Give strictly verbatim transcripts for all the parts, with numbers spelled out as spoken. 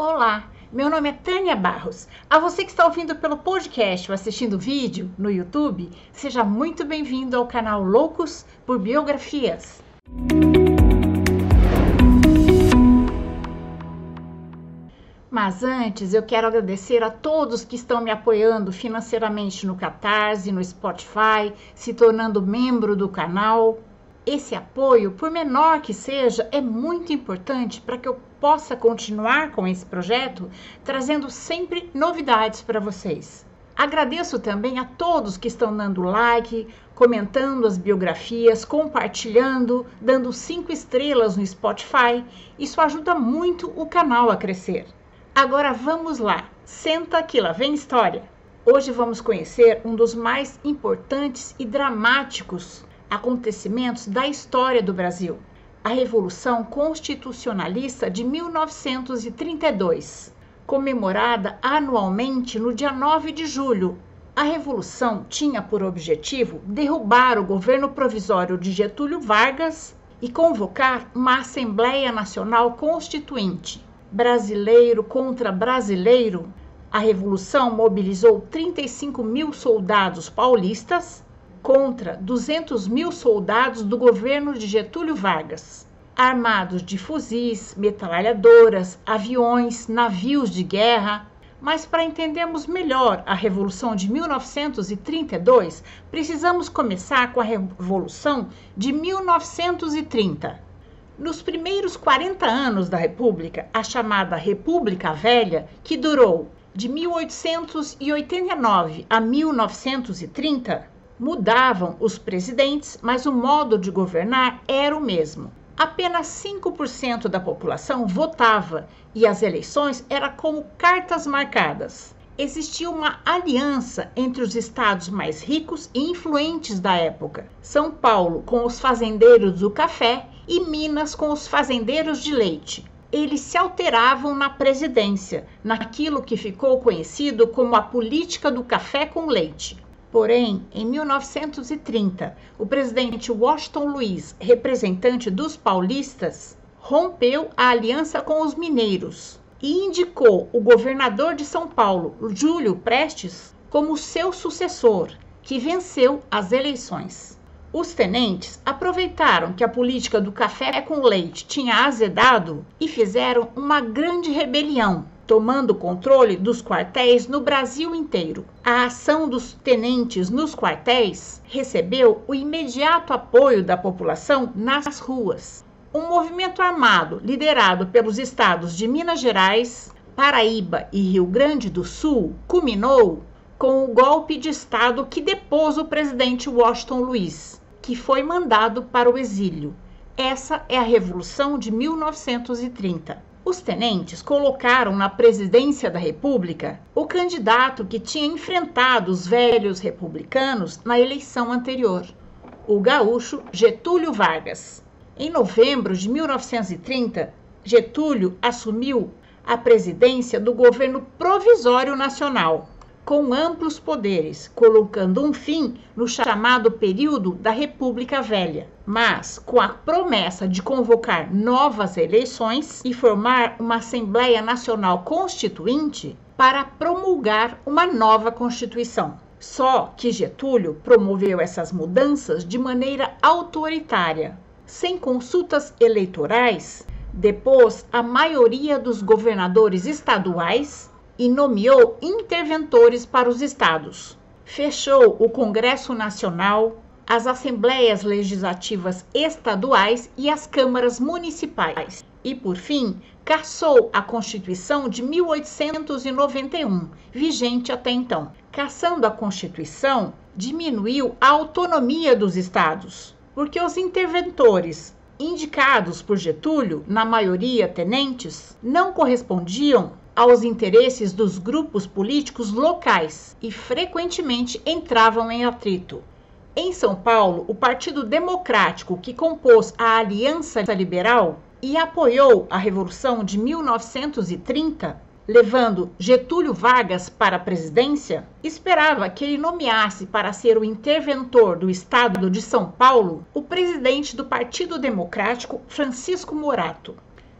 Olá, meu nome é Tânia Barros. A você que está ouvindo pelo podcast ou assistindo vídeo no YouTube, seja muito bem-vindo ao canal Loucos por Biografias. Mas antes, eu quero agradecer a todos que estão me apoiando financeiramente no Catarse, no Spotify, se tornando membro do canal. Esse apoio, por menor que seja, é muito importante para que eu possa continuar com esse projeto, trazendo sempre novidades para vocês. Agradeço também a todos que estão dando like, comentando as biografias, compartilhando, dando cinco estrelas no Spotify. Isso ajuda muito o canal a crescer. Agora vamos lá, senta que lá vem história. Hoje vamos conhecer um dos mais importantes e dramáticos acontecimentos da história do Brasil, a Revolução Constitucionalista de mil novecentos e trinta e dois, comemorada anualmente no dia nove de julho. A Revolução tinha por objetivo derrubar o governo provisório de Getúlio Vargas e convocar uma Assembleia Nacional Constituinte. Brasileiro contra brasileiro, a Revolução mobilizou trinta e cinco mil soldados paulistas contra duzentos mil soldados do governo de Getúlio Vargas, armados de fuzis, metralhadoras, aviões, navios de guerra. Mas para entendermos melhor a Revolução de mil novecentos e trinta e dois, precisamos começar com a Revolução de mil novecentos e trinta. Nos primeiros quarenta anos da República, a chamada República Velha, que durou de mil oitocentos e oitenta e nove a mil novecentos e trinta, mudavam os presidentes, mas o modo de governar era o mesmo. Apenas cinco por cento da população votava e as eleições eram como cartas marcadas. Existia uma aliança entre os estados mais ricos e influentes da época. São Paulo com os fazendeiros do café e Minas com os fazendeiros de leite. Eles se alteravam na presidência, naquilo que ficou conhecido como a política do café com leite. Porém, em mil novecentos e trinta, o presidente Washington Luiz, representante dos paulistas, rompeu a aliança com os mineiros e indicou o governador de São Paulo, Júlio Prestes, como seu sucessor, que venceu as eleições. Os tenentes aproveitaram que a política do café com leite tinha azedado e fizeram uma grande rebelião, tomando o controle dos quartéis no Brasil inteiro. A ação dos tenentes nos quartéis recebeu o imediato apoio da população nas ruas. Um movimento armado liderado pelos estados de Minas Gerais, Paraíba e Rio Grande do Sul culminou com o golpe de Estado que depôs o presidente Washington Luiz, que foi mandado para o exílio. Essa é a Revolução de mil novecentos e trinta. Os tenentes colocaram na presidência da República o candidato que tinha enfrentado os velhos republicanos na eleição anterior, o gaúcho Getúlio Vargas. Em novembro de mil novecentos e trinta, Getúlio assumiu a presidência do governo provisório nacional, com amplos poderes, colocando um fim no chamado período da República Velha, mas com a promessa de convocar novas eleições e formar uma Assembleia Nacional Constituinte para promulgar uma nova Constituição. Só que Getúlio promoveu essas mudanças de maneira autoritária, sem consultas eleitorais, depôs a maioria dos governadores estaduais e nomeou interventores para os estados. Fechou o Congresso Nacional, as Assembleias Legislativas Estaduais e as câmaras municipais. E, por fim, cassou a Constituição de mil oitocentos e noventa e um, vigente até então. Cassando a Constituição, diminuiu a autonomia dos estados, porque os interventores indicados por Getúlio, na maioria tenentes, não correspondiam aos interesses dos grupos políticos locais e frequentemente entravam em atrito. Em São Paulo, o Partido Democrático, que compôs a Aliança Liberal e apoiou a Revolução de mil novecentos e trinta, levando Getúlio Vargas para a presidência, esperava que ele nomeasse para ser o interventor do estado de São Paulo o presidente do Partido Democrático, Francisco Morato.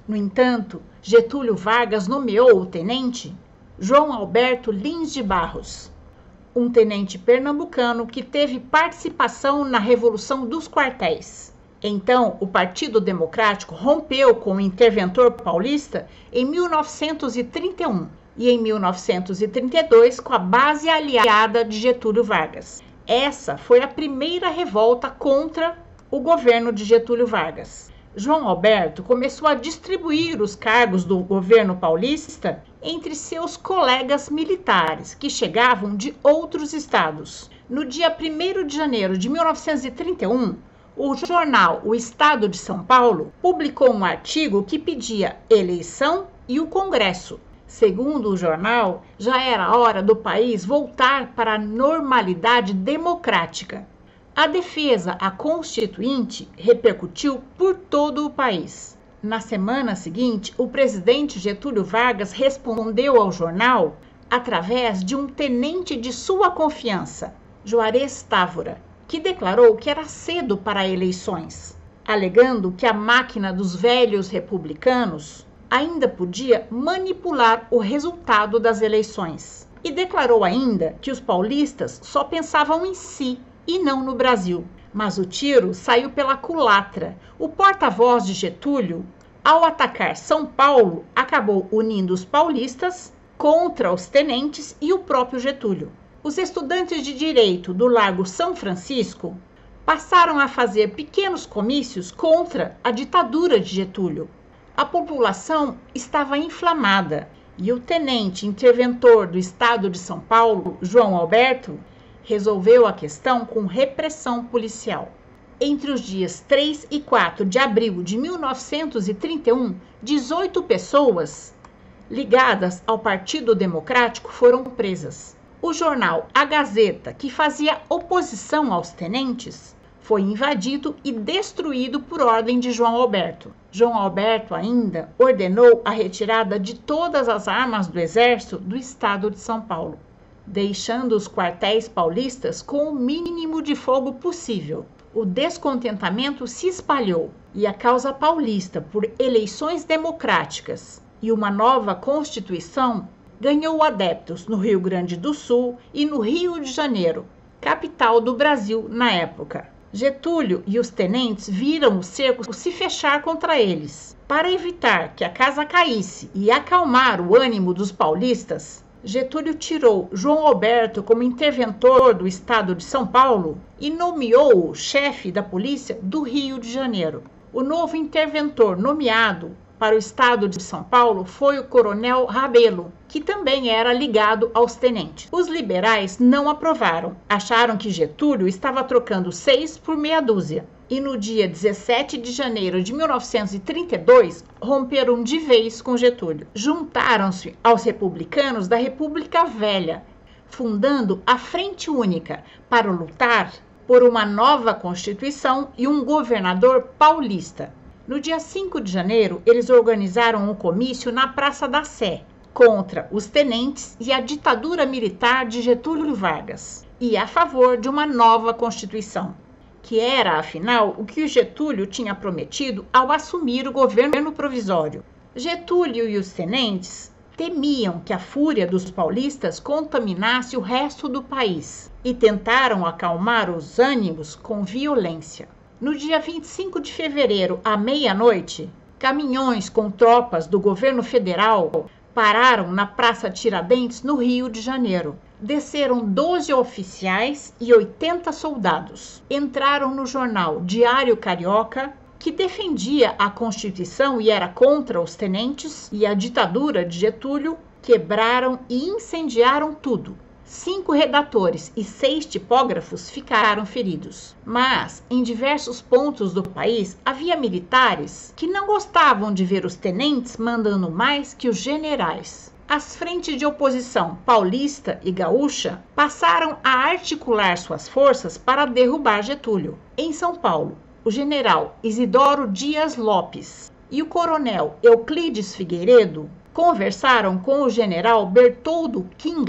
No entanto, Getúlio Vargas nomeou o tenente João Alberto Lins de Barros, um tenente pernambucano que teve participação na Revolução dos Quartéis. Então, o Partido Democrático rompeu com o interventor paulista em mil novecentos e trinta e um e em mil novecentos e trinta e dois com a base aliada de Getúlio Vargas. Essa foi a primeira revolta contra o governo de Getúlio Vargas. João Alberto começou a distribuir os cargos do governo paulista entre seus colegas militares, que chegavam de outros estados. No dia primeiro de janeiro de mil novecentos e trinta e um, o jornal O Estado de São Paulo publicou um artigo que pedia eleição e o Congresso. Segundo o jornal, já era hora do país voltar para a normalidade democrática. A defesa à Constituinte repercutiu por todo o país. Na semana seguinte, o presidente Getúlio Vargas respondeu ao jornal através de um tenente de sua confiança, Juarez Távora, que declarou que era cedo para eleições, alegando que a máquina dos velhos republicanos ainda podia manipular o resultado das eleições. E declarou ainda que os paulistas só pensavam em si e não no Brasil. Mas o tiro saiu pela culatra. O porta-voz de Getúlio, ao atacar São Paulo, acabou unindo os paulistas contra os tenentes e o próprio Getúlio. Os estudantes de direito do Largo São Francisco passaram a fazer pequenos comícios contra a ditadura de Getúlio. A população estava inflamada e o tenente interventor do estado de São Paulo, João Alberto, resolveu a questão com repressão policial. Entre os dias três e quatro de abril de mil novecentos e trinta e um, dezoito pessoas ligadas ao Partido Democrático foram presas. O jornal A Gazeta, que fazia oposição aos tenentes, foi invadido e destruído por ordem de João Alberto. João Alberto ainda ordenou a retirada de todas as armas do exército do estado de São Paulo, deixando os quartéis paulistas com o mínimo de fogo possível. O descontentamento se espalhou e a causa paulista por eleições democráticas e uma nova Constituição ganhou adeptos no Rio Grande do Sul e no Rio de Janeiro, capital do Brasil na época. Getúlio e os tenentes viram o cerco se fechar contra eles. Para evitar que a casa caísse e acalmar o ânimo dos paulistas, Getúlio tirou João Alberto como interventor do estado de São Paulo e nomeou-o chefe da polícia do Rio de Janeiro. O novo interventor nomeado para o estado de São Paulo foi o coronel Rabelo, que também era ligado aos tenentes. Os liberais não aprovaram, acharam que Getúlio estava trocando seis por meia dúzia. E no dia dezessete de janeiro de mil novecentos e trinta e dois, romperam de vez com Getúlio. Juntaram-se aos republicanos da República Velha, fundando a Frente Única para lutar por uma nova Constituição e um governador paulista. No dia cinco de janeiro, eles organizaram um comício na Praça da Sé, contra os tenentes e a ditadura militar de Getúlio Vargas, e a favor de uma nova Constituição, que era, afinal, o que o Getúlio tinha prometido ao assumir o governo provisório. Getúlio e os tenentes temiam que a fúria dos paulistas contaminasse o resto do país e tentaram acalmar os ânimos com violência. No dia vinte e cinco de fevereiro, à meia-noite, caminhões com tropas do governo federal pararam na Praça Tiradentes, no Rio de Janeiro. Desceram doze oficiais e oitenta soldados. Entraram no jornal Diário Carioca, que defendia a Constituição e era contra os tenentes e a ditadura de Getúlio, quebraram e incendiaram tudo. Cinco redatores e seis tipógrafos ficaram feridos. Mas, em diversos pontos do país, havia militares que não gostavam de ver os tenentes mandando mais que os generais. As frentes de oposição paulista e gaúcha passaram a articular suas forças para derrubar Getúlio. Em São Paulo, o general Isidoro Dias Lopes e o coronel Euclides Figueiredo conversaram com o general Bertoldo Kingler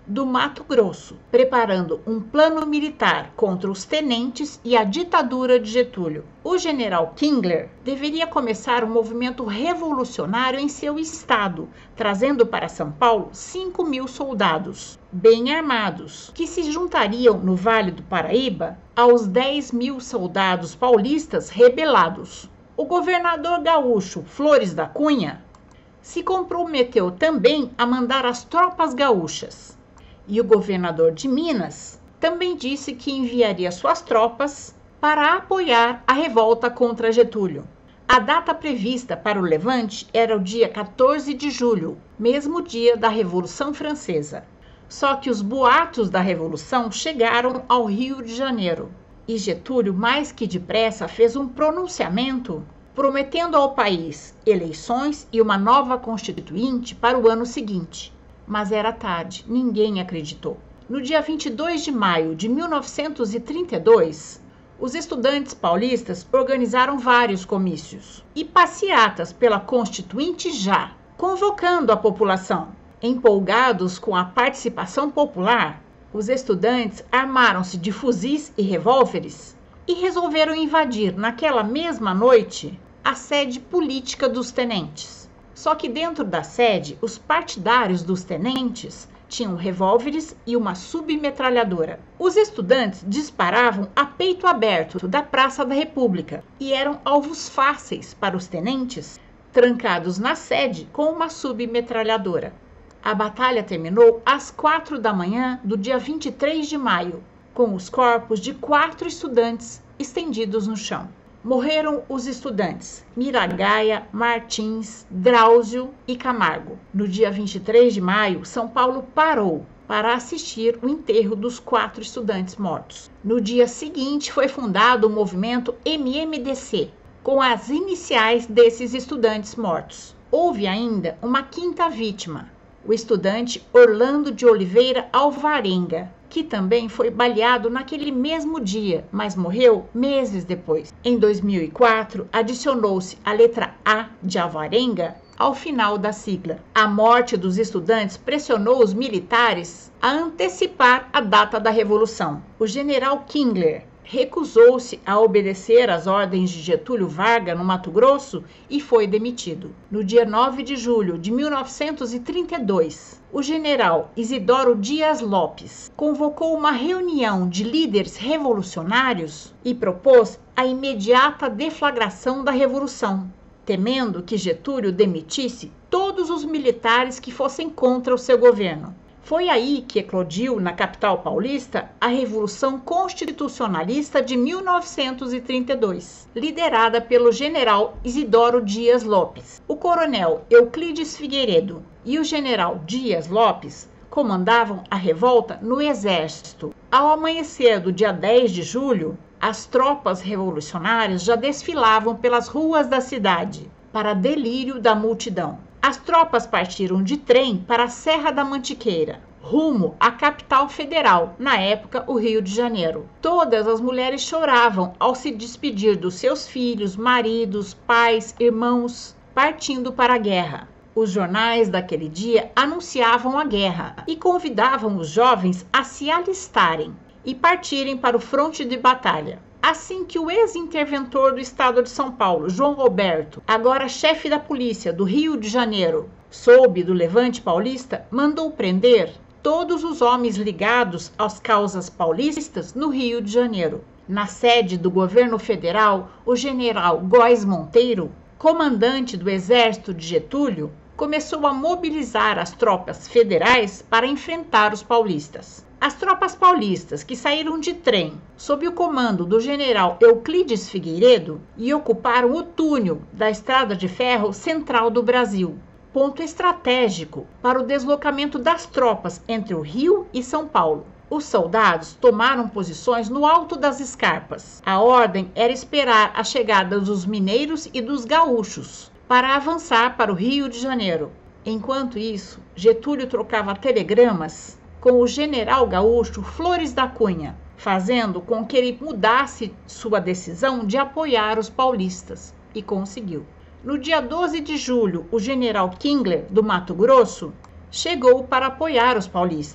do Mato Grosso, preparando um plano militar contra os tenentes e a ditadura de Getúlio. O general Kingler deveria começar um movimento revolucionário em seu estado, trazendo para São Paulo cinco mil soldados, bem armados, que se juntariam no Vale do Paraíba aos dez mil soldados paulistas rebelados. O governador gaúcho Flores da Cunha se comprometeu também a mandar as tropas gaúchas. E o governador de Minas também disse que enviaria suas tropas para apoiar a revolta contra Getúlio. A data prevista para o levante era o dia quatorze de julho, mesmo dia da Revolução Francesa. Só que os boatos da Revolução chegaram ao Rio de Janeiro. E Getúlio, mais que depressa, fez um pronunciamento prometendo ao país eleições e uma nova constituinte para o ano seguinte. Mas era tarde, ninguém acreditou. No dia vinte e dois de maio de mil novecentos e trinta e dois, os estudantes paulistas organizaram vários comícios e passeatas pela Constituinte já, convocando a população. Empolgados com a participação popular, os estudantes armaram-se de fuzis e revólveres e resolveram invadir naquela mesma noite a sede política dos tenentes. Só que dentro da sede, os partidários dos tenentes tinham revólveres e uma submetralhadora. Os estudantes disparavam a peito aberto da Praça da República e eram alvos fáceis para os tenentes, trancados na sede com uma submetralhadora. A batalha terminou às quatro da manhã do dia vinte e três de maio, com os corpos de quatro estudantes estendidos no chão. Morreram os estudantes Miragaia, Martins, Drauzio e Camargo. No dia vinte e três de maio, São Paulo parou para assistir o enterro dos quatro estudantes mortos. No dia seguinte, foi fundado o movimento M M D C, com as iniciais desses estudantes mortos. Houve ainda uma quinta vítima, o estudante Orlando de Oliveira Alvarenga, que também foi baleado naquele mesmo dia, mas morreu meses depois. Em dois mil e quatro, adicionou-se a letra A de Alvarenga ao final da sigla. A morte dos estudantes pressionou os militares a antecipar a data da Revolução. O general Kingler recusou-se a obedecer às ordens de Getúlio Vargas no Mato Grosso e foi demitido. No dia nove de julho de mil novecentos e trinta e dois, o general Isidoro Dias Lopes convocou uma reunião de líderes revolucionários e propôs a imediata deflagração da Revolução, temendo que Getúlio demitisse todos os militares que fossem contra o seu governo. Foi aí que eclodiu na capital paulista a Revolução Constitucionalista de mil novecentos e trinta e dois, liderada pelo general Isidoro Dias Lopes. O coronel Euclides Figueiredo e o general Dias Lopes comandavam a revolta no exército. Ao amanhecer do dia dez de julho, as tropas revolucionárias já desfilavam pelas ruas da cidade, para delírio da multidão. As tropas partiram de trem para a Serra da Mantiqueira, rumo à capital federal, na época o Rio de Janeiro. Todas as mulheres choravam ao se despedir dos seus filhos, maridos, pais, irmãos, partindo para a guerra. Os jornais daquele dia anunciavam a guerra e convidavam os jovens a se alistarem e partirem para o fronte de batalha. Assim que o ex-interventor do estado de São Paulo, João Roberto, agora chefe da polícia do Rio de Janeiro, soube do levante paulista, mandou prender todos os homens ligados às causas paulistas no Rio de Janeiro. Na sede do governo federal, o general Góes Monteiro, comandante do exército de Getúlio, começou a mobilizar as tropas federais para enfrentar os paulistas. As tropas paulistas, que saíram de trem sob o comando do general Euclides Figueiredo e ocuparam o túnel da Estrada de Ferro Central do Brasil, ponto estratégico para o deslocamento das tropas entre o Rio e São Paulo. Os soldados tomaram posições no alto das escarpas. A ordem era esperar a chegada dos mineiros e dos gaúchos para avançar para o Rio de Janeiro. Enquanto isso, Getúlio trocava telegramas com o general gaúcho Flores da Cunha, fazendo com que ele mudasse sua decisão de apoiar os paulistas, e conseguiu. No dia doze de julho, o general Kingler, do Mato Grosso, chegou para apoiar os paulistas.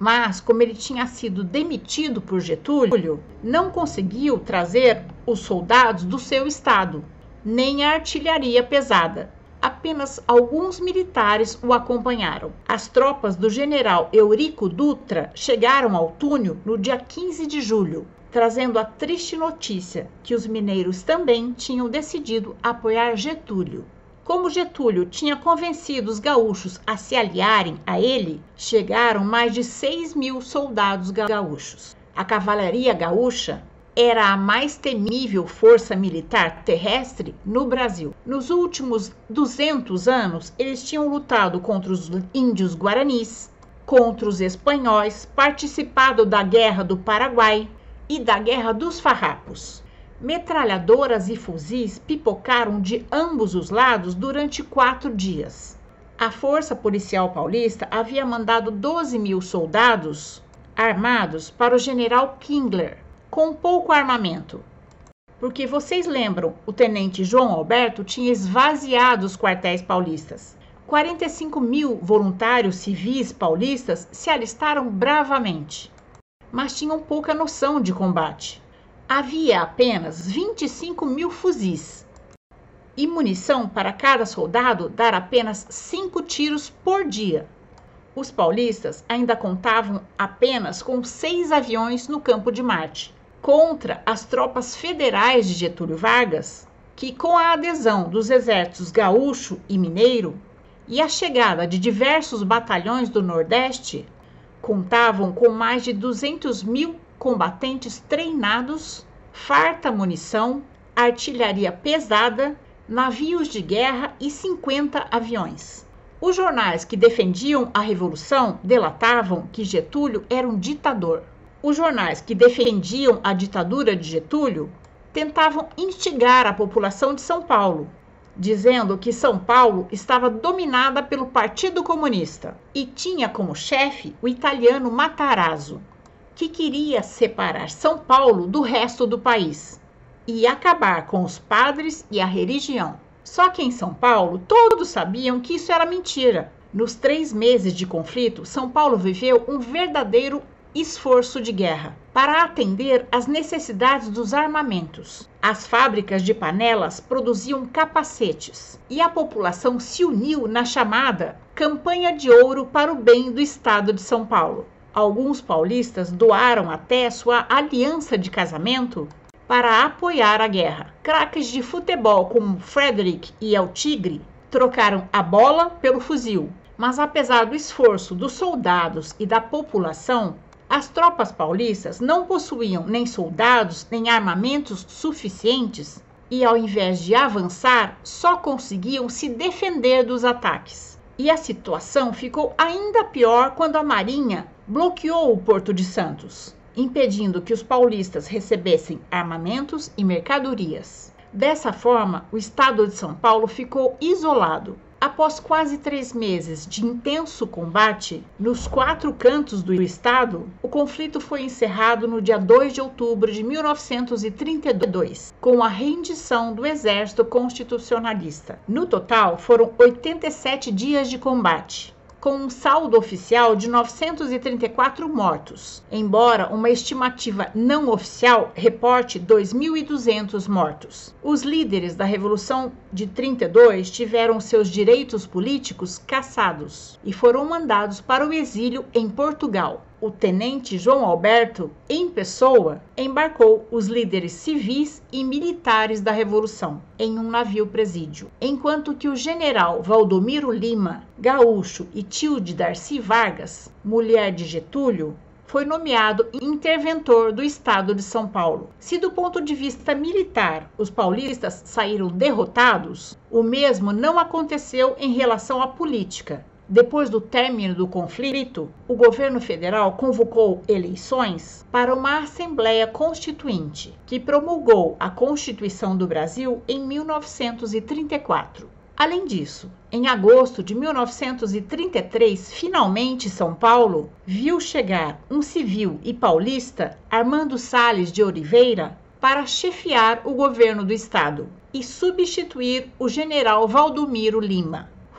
Mas, como ele tinha sido demitido por Getúlio, não conseguiu trazer os soldados do seu estado, nem a artilharia pesada. Apenas alguns militares o acompanharam. As tropas do general Eurico Dutra chegaram ao túnel no dia quinze de julho, trazendo a triste notícia que os mineiros também tinham decidido apoiar Getúlio. Como Getúlio tinha convencido os gaúchos a se aliarem a ele, chegaram mais de seis mil soldados gaúchos. A cavalaria gaúcha era a mais temível força militar terrestre no Brasil. Nos últimos duzentos anos, eles tinham lutado contra os índios guaranis, contra os espanhóis, participado da Guerra do Paraguai e da Guerra dos Farrapos. Metralhadoras e fuzis pipocaram de ambos os lados durante quatro dias. A Força Policial Paulista havia mandado doze mil soldados armados para o general Kingler, com pouco armamento. Porque vocês lembram, o tenente João Alberto tinha esvaziado os quartéis paulistas. quarenta e cinco mil voluntários civis paulistas se alistaram bravamente, mas tinham pouca noção de combate. Havia apenas vinte e cinco mil fuzis e munição para cada soldado dar apenas cinco tiros por dia. Os paulistas ainda contavam apenas com seis aviões no campo de Marte, contra as tropas federais de Getúlio Vargas, que, com a adesão dos exércitos gaúcho e mineiro e a chegada de diversos batalhões do Nordeste, contavam com mais de duzentos mil combatentes treinados, farta munição, artilharia pesada, navios de guerra e cinquenta aviões. Os jornais que defendiam a Revolução delatavam que Getúlio era um ditador. Os jornais que defendiam a ditadura de Getúlio tentavam instigar a população de São Paulo, dizendo que São Paulo estava dominada pelo Partido Comunista e tinha como chefe o italiano Matarazzo, que queria separar São Paulo do resto do país e acabar com os padres e a religião. Só que em São Paulo todos sabiam que isso era mentira. Nos três meses de conflito, São Paulo viveu um verdadeiro esforço de guerra para atender às necessidades dos armamentos. As fábricas de panelas produziam capacetes e a população se uniu na chamada Campanha de Ouro para o Bem do Estado de São Paulo. Alguns paulistas doaram até sua aliança de casamento para apoiar a guerra. Craques de futebol como Frederic e El Tigre trocaram a bola pelo fuzil. Mas apesar do esforço dos soldados e da população, as tropas paulistas não possuíam nem soldados nem armamentos suficientes e, ao invés de avançar, só conseguiam se defender dos ataques. E a situação ficou ainda pior quando a Marinha bloqueou o Porto de Santos, impedindo que os paulistas recebessem armamentos e mercadorias. Dessa forma, o estado de São Paulo ficou isolado. Após quase três meses de intenso combate nos quatro cantos do estado, o conflito foi encerrado no dia dois de outubro de mil novecentos e trinta e dois, com a rendição do Exército Constitucionalista. No total, foram oitenta e sete dias de combate, com um saldo oficial de novecentos e trinta e quatro mortos, embora uma estimativa não oficial reporte dois mil e duzentos mortos. Os líderes da Revolução de trinta e dois tiveram seus direitos políticos cassados e foram mandados para o exílio em Portugal. O tenente João Alberto, em pessoa, embarcou os líderes civis e militares da Revolução em um navio presídio, enquanto que o general Valdomiro Lima, gaúcho e tio de Darcy Vargas, mulher de Getúlio, foi nomeado interventor do estado de São Paulo. Se do ponto de vista militar os paulistas saíram derrotados, o mesmo não aconteceu em relação à política. Depois do término do conflito, o governo federal convocou eleições para uma Assembleia Constituinte, que promulgou a Constituição do Brasil em mil novecentos e trinta e quatro. Além disso, em agosto de mil novecentos e trinta e três, finalmente São Paulo viu chegar um civil e paulista, Armando Salles de Oliveira, para chefiar o governo do estado e substituir o general Valdomiro Lima.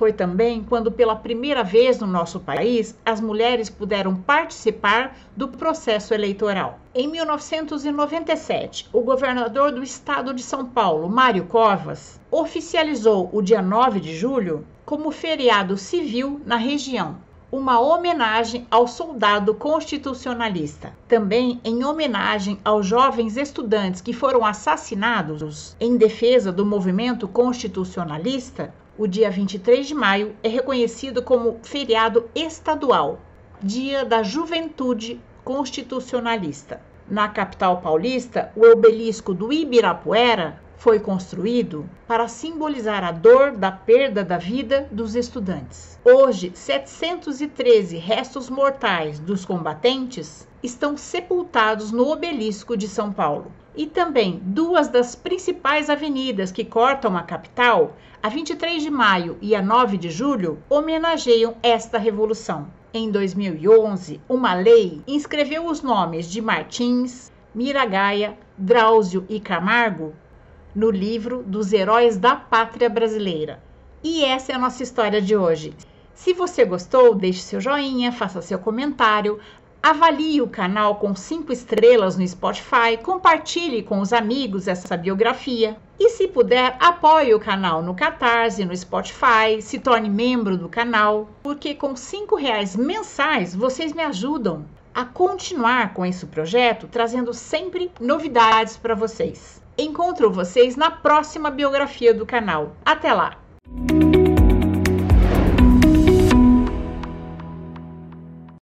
Foi também quando, pela primeira vez no nosso país, as mulheres puderam participar do processo eleitoral. Em mil novecentos e noventa e sete, o governador do estado de São Paulo, Mário Covas, oficializou o dia nove de julho como feriado civil na região, uma homenagem ao soldado constitucionalista. Também em homenagem aos jovens estudantes que foram assassinados em defesa do movimento constitucionalista, o dia vinte e três de maio é reconhecido como feriado estadual, Dia da Juventude Constitucionalista. Na capital paulista, o obelisco do Ibirapuera foi construído para simbolizar a dor da perda da vida dos estudantes. Hoje, setecentos e treze restos mortais dos combatentes estão sepultados no obelisco de São Paulo. E também duas das principais avenidas que cortam a capital, a vinte e três de maio e a nove de julho, homenageiam esta revolução. Em dois mil e onze, uma lei inscreveu os nomes de Martins, Miragaia, Drauzio e Camargo no livro dos Heróis da Pátria Brasileira. E essa é a nossa história de hoje. Se você gostou, deixe seu joinha, faça seu comentário, avalie o canal com cinco estrelas no Spotify, compartilhe com os amigos essa biografia e, se puder, apoie o canal no Catarse, no Spotify, se torne membro do canal, porque com cinco reais mensais vocês me ajudam a continuar com esse projeto, trazendo sempre novidades para vocês. Encontro vocês na próxima biografia do canal. Até lá!